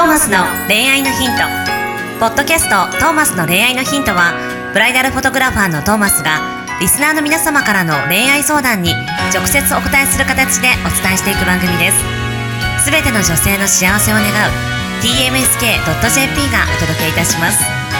ーマスの恋愛のヒント。ポッドキャストトーマスの恋愛のヒントは、ブライダルフォトグラファーのトーマスがリスナーの皆様からの恋愛相談に直接お答えする形でお伝えしていく番組です。すべての女性の幸せを願う tmsk.jp がお届けいたします。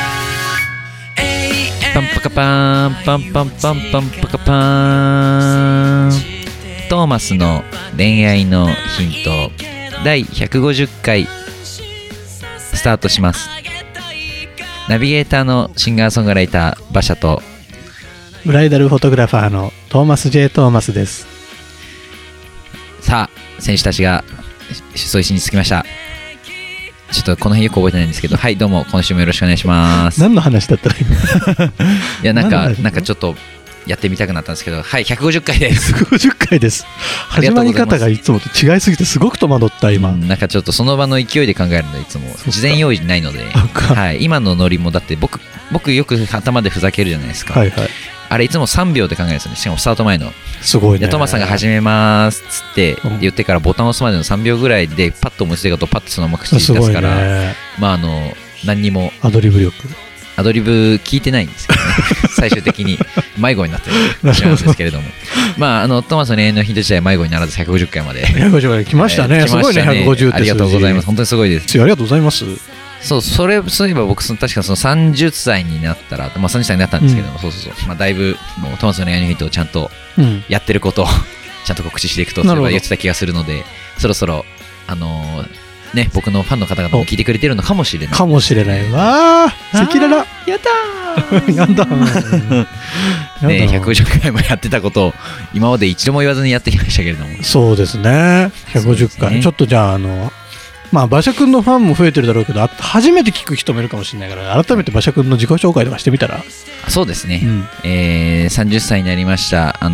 パンパカパーンパンパンパンパンパカパーン。トーマスの恋愛のヒント第150回スタートします。ナビゲーターのシンガーソングライター馬車とブライダルフォトグラファーのトーマス J トーマスです。 さあ、選手たちが出走しに着きました。ちょっとこの辺よく覚えてないんですけど、はい、どうも今週もよろしくお願いします。 何の話だったら今いや、なんかちょっとやってみたくなったんですけど、はい、150回です。 150回です。始まり方がいつもと違いすぎてすごく戸惑った今。 なんかちょっとその場の勢いで考えるのでいつも事前用意ないので、はい、今のノリもだって僕よく頭でふざけるじゃないですか。 はいはい。 あれいつも3秒で考えるんですよね。しかもスタート前の。 すごいね。 トマさんが始めますっつって言ってからボタンを押すまでの3秒ぐらいでパッと思いついたことをパッとそのまま口に出すから、まあ何にもアドリブ聞いてないんですよね。最終的に迷子になってしまうんですけれども、まあトマスの恋愛のヒント自体は迷子にならず150回まで 150回来ましたね。すごいね、150って。 ありがとうございます。本当にすごいです。 ありがとうございます。 そういえば僕確かその30歳になったら、まあ、30歳になったんですけども、そうまあ、だいぶもうトマスの恋愛のヒントをちゃんとやってることをちゃんと告知していくと、それは言ってた気がするので、そろそろね、僕のファンの方々も聞いてくれてるのかもしれない。 かもしれないわ。赤裸々。 やったー。 やだね、150回もやってたことを今まで一度も言わずにやってきましたけれども。 そうですね。150回、ね、ちょっとじゃあまあ馬車くんのファンも増えてるだろうけど、初めて聞く人もいるかもしれないから、改めて馬車くんの自己紹介とかしてみたら。 そうですね。30歳になりました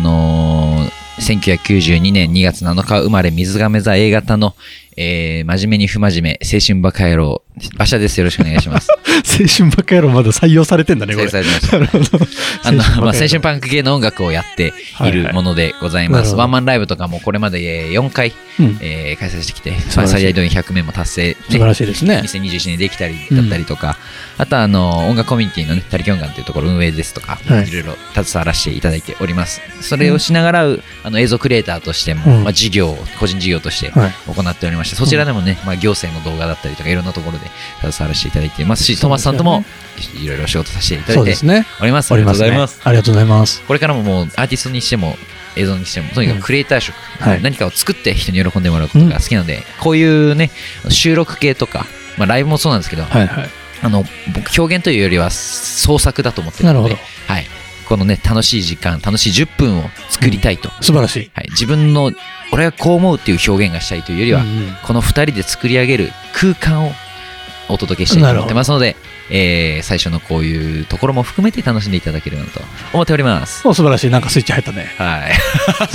。1992年2月7日生まれ、水亀座 A 型の真面目に不真面目、青春バカ野郎、馬車です。よろしくお願いします。 青春バカ野郎まだ採用されてんだね、これ。 採用されてました。なるほど。青春パンク系の音楽をやっているものでございます。ワンマンライブとかもこれまで4回、開催してきて、最大動員100名も達成、 素晴らしいですね。 2021年できたりだったりとか、あとは音楽コミュニティのね、他力音楽というところ運営ですとか、いろいろ携わらせていただいております。それをしながら、映像クリエイターとしても、個人事業として行っておりまして、そちらでもね、行政の動画だったりとかいろんなところで携わらせていただいていますし、トマスさんともいろいろ仕事させていただいております。ありがとうございます。 ありがとうございます。 これからももうアーティストにしても映像にしてもとにかくクリエイター職、何かを作って人に喜んでもらうことが好きなので、こういうね収録系とか、ライブもそうなんですけど、僕表現というよりは創作だと思ってるので、はい、このね楽しい時間、楽しい10分を作りたいと、 素晴らしい、 はい、自分の俺はこう思うっていう表現がしたいというよりは、この2人で作り上げる空間をお届けしたいと思ってますので、最初のこういうところも含めて楽しんでいただければなと思っております。 素晴らしい。なんかスイッチ入ったね。 はい。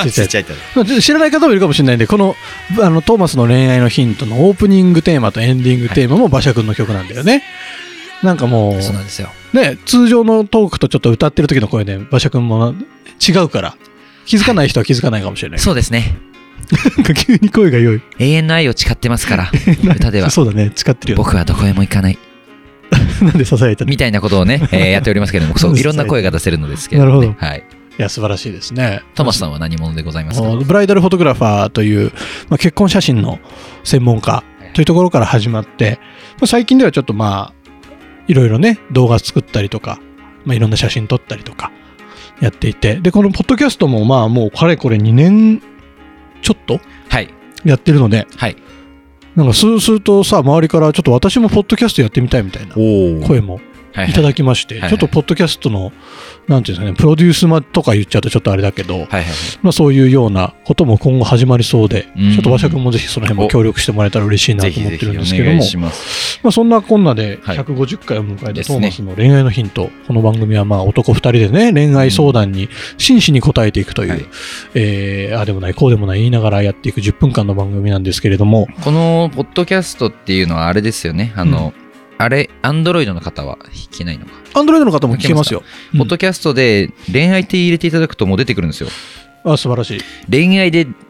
スイッチ入った。 知らない方もいるかもしれないんで、このトーマスの恋愛のヒントのオープニングテーマとエンディングテーマも馬車くんの曲なんだよね。なんかもう、そうなんですよ。ね、通常のトークとちょっと歌ってる時の声で馬車くんも違うから、気づかない人は気づかないかもしれない。 そうですね。 なんか急に声が良い。 永遠の愛を誓ってますから、歌では。 そうだね、誓ってるよ、ね。 僕はどこへも行かない。 なんで支えたのみたいなことをね、やっておりますけれども、そういろんな声が出せるのですけど、ね。なるほど。はい。 いや、素晴らしいですね。 トマスさんは何者でございますか？ ブライダルフォトグラファーという、結婚写真の専門家というところから始まって、最近ではちょっといろいろね、動画作ったりとか、いろんな写真撮ったりとかやっていて、で、このポッドキャストももうかれこれ2年ちょっとやってるので、はい、なんかスースーとさ、周りからちょっと私もポッドキャストやってみたいみたいな声もいただきまして、ちょっとポッドキャストのなんていうんですかね、プロデュースとか言っちゃうとちょっとあれだけど、そういうようなことも今後始まりそうで、ちょっと馬車くんもぜひその辺も協力してもらえたら嬉しいなと思ってるんですけども、そんなこんなで150回を迎えたトーマスの恋愛のヒント、この番組は男2人でね、恋愛相談に真摯に答えていくという、ああでもないこうでもない言いながらやっていく10分間の番組なんですけれども、 このポッドキャストっていうのはあれですよね、あれ、アンドロイドの方は聞けないのか。 アンドロイドの方も聞けますよ。 ポッドキャストで恋愛って入れていただくともう出てくるんですよ。 あ、素晴らしい。 恋愛で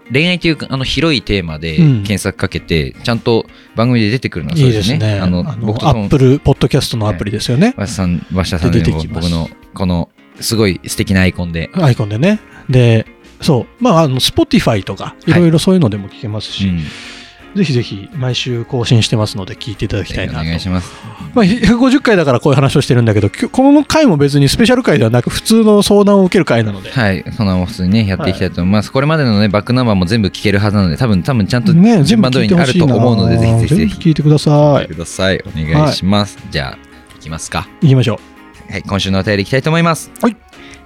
恋愛という広いテーマで検索かけて、ちゃんと番組で出てくるのはそうですね。 いいですね。 僕とアップルポッドキャストのアプリですよね。 鷲田さんでも僕のこのすごい素敵なアイコンで。 アイコンでね。で、そう。Spotify とか、いろいろそういうのでも聞けますし、ぜひぜひ毎週更新してますので聞いていただきたいなと。 お願いします。 150回だからこういう話をしてるんだけど、この回も別にスペシャル回ではなく普通の相談を受ける回なので。 はい、相談を普通にね、やっていきたいと思います。これまでのね、バックナンバーも全部聞けるはずなので、多分ちゃんと順番通りにあると思うので、ぜひぜひ聞いてください。 聞いてください。お願いします。じゃあ、いきますか。 いきましょう。はい、今週のお便りいきたいと思います。 はい。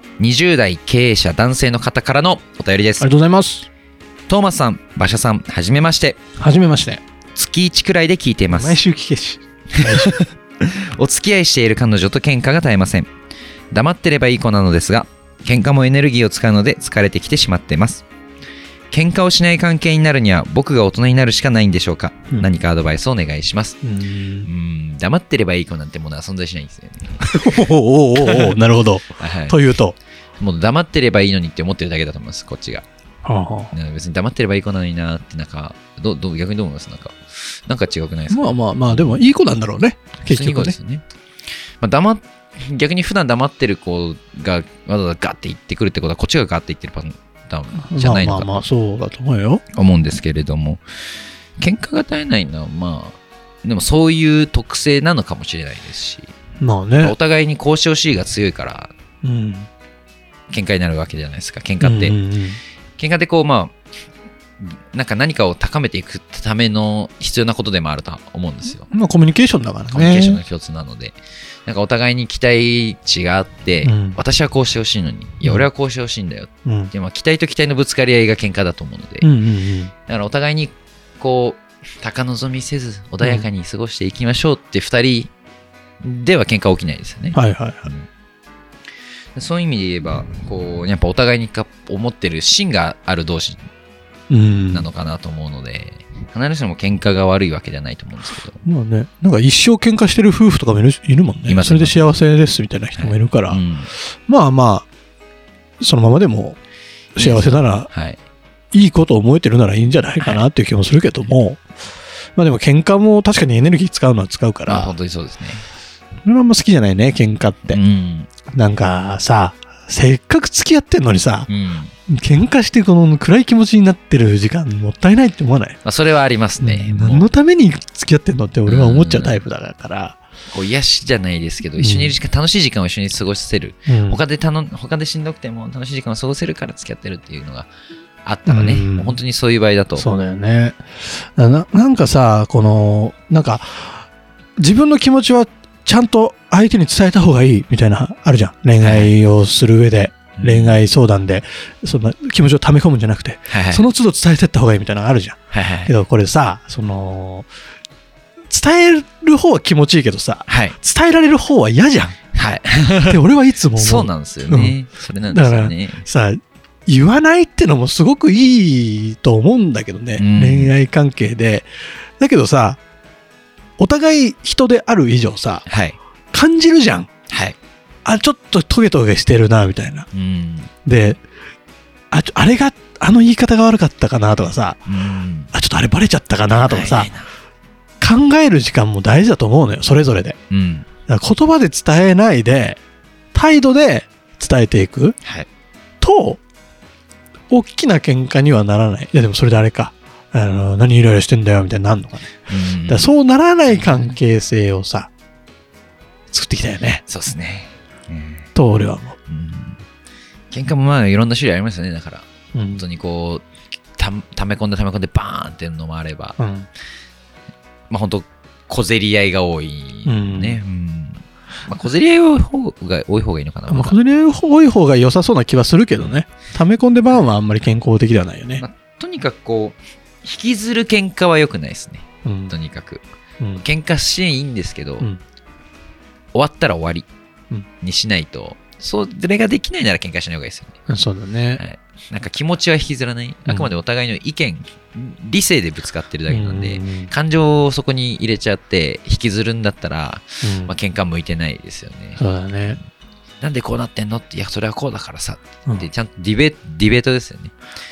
20代経営者男性の方からのお便りです。 ありがとうございます。 トーマスさん、馬車さん、はじめまして。 はじめまして。 月1くらいで聞いています。 毎週聞けし。 お付き合いしている彼女と喧嘩が絶えません。黙ってればいい子なのですが、喧嘩もエネルギーを使うので疲れてきてしまっています。喧嘩をしない関係になるには僕が大人になるしかないんでしょうか。何かアドバイスをお願いします。黙ってればいい子なんてものは存在しないんですよね。 なるほど。 はい、 というと、 もう黙ってればいいのにって思ってるだけだと思います、こっちが。別に黙ってればいい子なのになって、なんか逆にどう思います？なんか違くないですか？ まあでもいい子なんだろうね、結局ね。 ですね。逆に普段黙ってる子がわざわざガッて言ってくるってことは、こっちがガッて言ってるパターンじゃないのかな。 そうだと思うよ。 思うんですけれども、喧嘩が絶えないのはでもそういう特性なのかもしれないですし、お互いに交渉しいが強いから、喧嘩になるわけじゃないですか。喧嘩って、喧嘩ってこうなんか何かを高めていくための必要なことでもあると思うんですよ。 コミュニケーションだからね。 コミュニケーションの一つなので、なんかお互いに期待値があって、私はこうしてほしいのに、いや俺はこうしてほしいんだよって、期待と期待のぶつかり合いが喧嘩だと思うので、だからお互いにこう高望みせず穏やかに過ごしていきましょうって2人では喧嘩起きないですよね。そういう意味で言えばこうやっぱお互いに思ってる芯がある同士なのかなと思うので、必ずしも喧嘩が悪いわけじゃないと思うんですけど、 なんか一生喧嘩してる夫婦とかもいるもんね。それで幸せですみたいな人もいるから、そのままでも幸せなら、いいことを思えてるならいいんじゃないかなっていう気もするけども、でも喧嘩も確かにエネルギー使うのは使うから、 本当にそうですね。 それはあんま好きじゃないね、喧嘩って。なんかさ、せっかく付き合ってんのにさ、喧嘩してこの暗い気持ちになってる時間もったいないって思わない？ それはありますね。 何のために付き合ってんのって俺は思っちゃうタイプだから。 こう癒しじゃないですけど、一緒にいる時間、楽しい時間を一緒に過ごせる、他でしんどくても楽しい時間を過ごせるから付き合ってるっていうのがあったらね、もう本当にそういう場合だと。 そうだよね。なんかさ、なんか自分の気持ちはちゃんと相手に伝えた方がいいみたいなあるじゃん。恋愛をする上で、恋愛相談でそんな気持ちを溜め込むんじゃなくて、その都度伝えてった方がいいみたいなのがあるじゃん。けどこれさ、伝える方は気持ちいいけどさ、伝えられる方は嫌じゃん。で俺はいつも思う。 そうなんですよね。それなんですよね。 だからさ、言わないってのもすごくいいと思うんだけどね、恋愛関係で。だけどさ、お互い人である以上さ、感じるじゃん。ちょっとトゲトゲしてるなみたいな。で、あれが言い方が悪かったかなとかさ、ちょっとあれバレちゃったかなとかさ、考える時間も大事だと思うのよ、それぞれで。だから言葉で伝えないで態度で伝えていくと大きな喧嘩にはならない。いやでもそれであれか、何イライラしてんだよみたいになるのかね。だからそうならない関係性をさ作ってきたよね。 そうですね。 と俺は思う。 喧嘩もいろんな種類ありますよね。だから本当にこう溜め込んでバーンっていうのもあれば、本当小競り合いが多いね。小競り合いが多い方がいいのかな。 小競り合い多い方が良さそうな気はするけどね。溜め込んでバーンはあんまり健康的ではないよね。 とにかくこう引きずる喧嘩は良くないですね。とにかく喧嘩していいんですけど、終わったら終わりにしないと、それができないなら喧嘩しない方がいいですよね。 そうだね。 なんか気持ちは引きずらない。あくまでお互いの意見、理性でぶつかってるだけなんで、感情をそこに入れちゃって引きずるんだったら、喧嘩向いてないですよね。 そうだね。 なんでこうなってんのって、いやそれはこうだからさって、ちゃんとディベートですよね。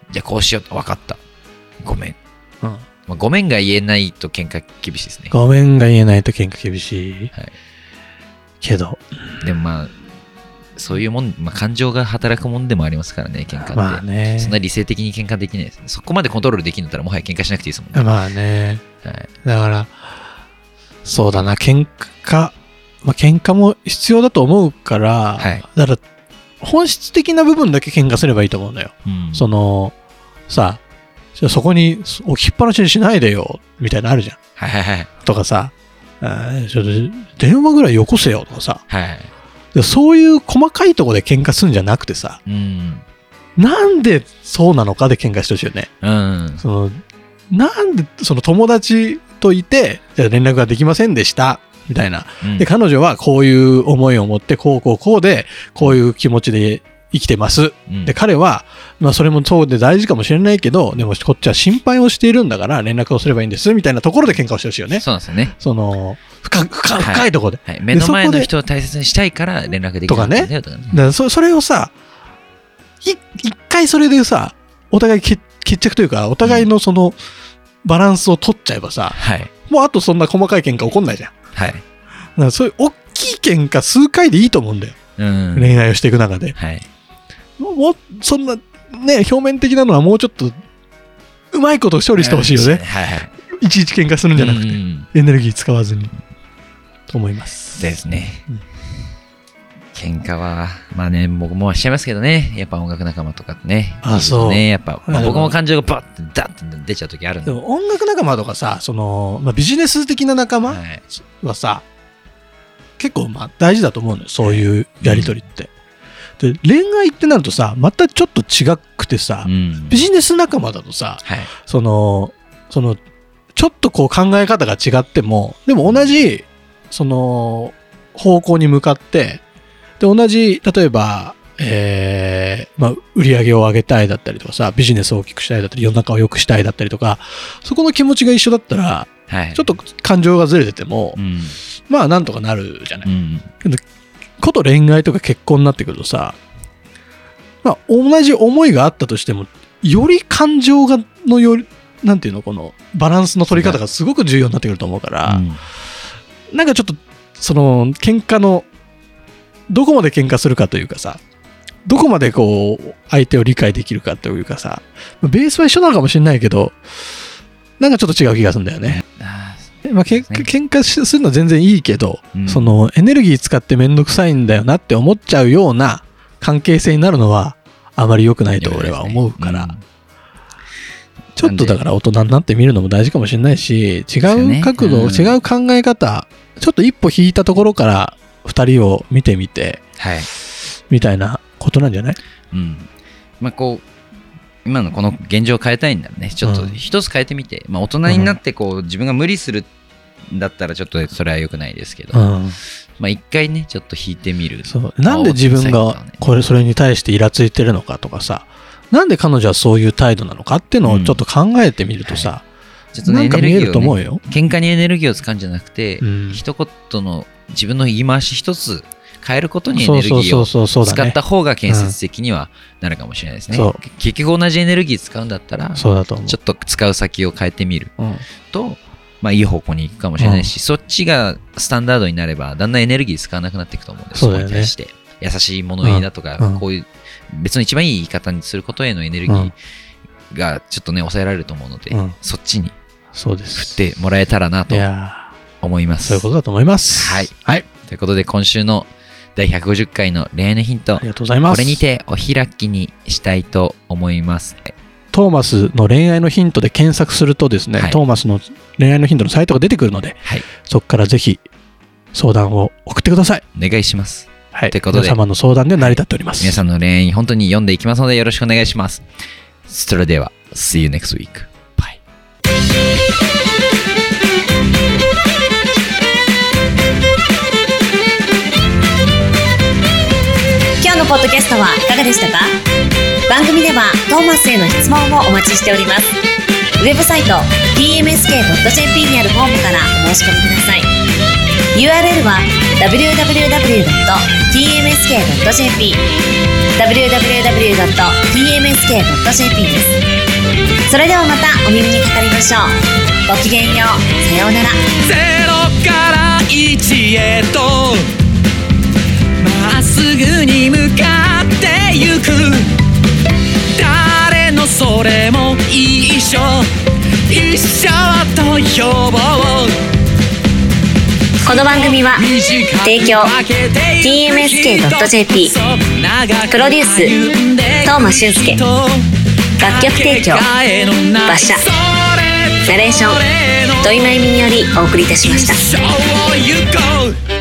じゃあこうしようと、分かった、ごめん、 まあ、ごめんが言えないと喧嘩厳しいですね。 ごめんが言えないと喧嘩厳しい、 はい、 けどでもまあそういうもん、まあ、感情が働くもんでもありますからね、喧嘩って。 まあね、 そんな理性的に喧嘩できないですね。そこまでコントロールできるんだったらもはや喧嘩しなくていいですもんね。 まあね、 はい、 だからそうだな、喧嘩も必要だと思うから、 はい、 だから本質的な部分だけ喧嘩すればいいと思うんだよ。そのさ、そこに置きっぱなしにしないでよみたいなのあるじゃん。 はいはいはい。 とかさ、ちょっと電話ぐらいよこせよとかさ、 はい、 でそういう細かいところで喧嘩するんじゃなくてさ、なんでそうなのかで喧嘩してほしいよね。なんでその友達といてじゃあ連絡ができませんでしたみたいな、で彼女はこういう思いを持ってこうでこういう気持ちで生きてます、で彼は、まあ、それもそうで大事かもしれないけど、でもこっちは心配をしているんだから連絡をすればいいんですみたいなところで喧嘩をしてほしいよね。 そうなんですよね。 その深いところで、 はいはい、目の前の人を大切にしたいから連絡できないんだよとかね。だからそれをさ、一回それでさ、お互い決着というかお互いのそのバランスを取っちゃえばさ、もうあとそんな細かい喧嘩起こんないじゃん。だからそういう大きい喧嘩数回でいいと思うんだよ、恋愛をしていく中で。もうそんなね、表面的なのはもうちょっとうまいこと処理してほしいよね。いちいち喧嘩するんじゃなくて、エネルギー使わずにと思いますですね。喧嘩はまあね、僕もしちゃいますけどね、やっぱ音楽仲間とかってね。 そうね、やっぱ、まあ、僕も感情がバッてダッて出ちゃう時あるんで。 でも音楽仲間とかさ、その、まあ、ビジネス的な仲間はさ、結構まあ大事だと思うのよ、そういうやり取りって。で恋愛ってなるとさ、またちょっと違くてさ、ビジネス仲間だとさ、そのちょっとこう考え方が違っても、でも同じその方向に向かって、で同じ例えば、まあ、売り上げを上げたいだったりとかさ、ビジネスを大きくしたいだったり、世の中を良くしたいだったりとか、そこの気持ちが一緒だったら、ちょっと感情がずれてても、まあなんとかなるじゃない。けどこと恋愛とか結婚になってくるとさ、まあ、同じ思いがあったとしても、より感情がのよりなんていうの、このバランスの取り方がすごく重要になってくると思うから、なんかちょっとその喧嘩のどこまで喧嘩するかというかさ、どこまでこう相手を理解できるかというかさ、ベースは一緒なのかもしれないけど、なんかちょっと違う気がするんだよね。まあ、喧嘩するのは全然いいけど、そのエネルギー使ってめんどくさいんだよなって思っちゃうような関係性になるのはあまり良くないと俺は思うから、ちょっとだから大人になってみるのも大事かもしれないし、違う角度、違う考え方、ちょっと一歩引いたところから2人を見てみて、みたいなことなんじゃない？ まあこう今のこの現状を変えたいんだね。ちょっと一つ変えてみて、まあ大人になってこう自分が無理するんだったらちょっとそれは良くないですけど、まあ一回ねちょっと引いてみる。 なんで自分がそれに対してイラついてるのかとかさ、なんで彼女はそういう態度なのかっていうのをちょっと考えてみるとさ、ちょっとなんか見えると思うよ。 喧嘩にエネルギーを使うんじゃなくて、一言の自分の言い回し一つ変えることにエネルギーを使った方が建設的にはなるかもしれないですね。結局同じエネルギー使うんだったら、ちょっと使う先を変えてみると、まあいい方向に行くかもしれないし、そっちがスタンダードになればだんだんエネルギー使わなくなっていくと思うんです。そこに対して優しい物言いだとか、こういう別の一番いい言い方にすることへのエネルギーがちょっとね抑えられると思うので、そっちに振ってもらえたらなと思います。 そういうことだと思います。 はい。ということで今週の第150回の恋愛のヒント、 ありがとうございます。 これにてお開きにしたいと思います。 トーマスの恋愛のヒントで検索するとですね、トーマスの恋愛のヒントのサイトが出てくるので、そこからぜひ相談を送ってください。 お願いします。 ということで皆様の相談で成り立っております。 皆さんの恋愛本当に読んでいきますのでよろしくお願いします。それでは See you next week. Bye. 今日のポッドキャストはいかがでしたか？番組ではトーマスへの質問をお待ちしております。ウェブサイト tmsk.jp tmsk.jp にあるフォームからお申し込みください。 URL は www.tmsk.jp www.tmsk.jp です。それではまたお耳にかかりましょう。ごきげんよう。さようなら。 0から1へとまっすぐに向かってゆく、誰のそれも一緒と呼ぼう。 この番組は提供 tmsk.jp プロデュース東間俊介、楽曲提供馬車、ナレーション土井真由美によりお送りいたしました。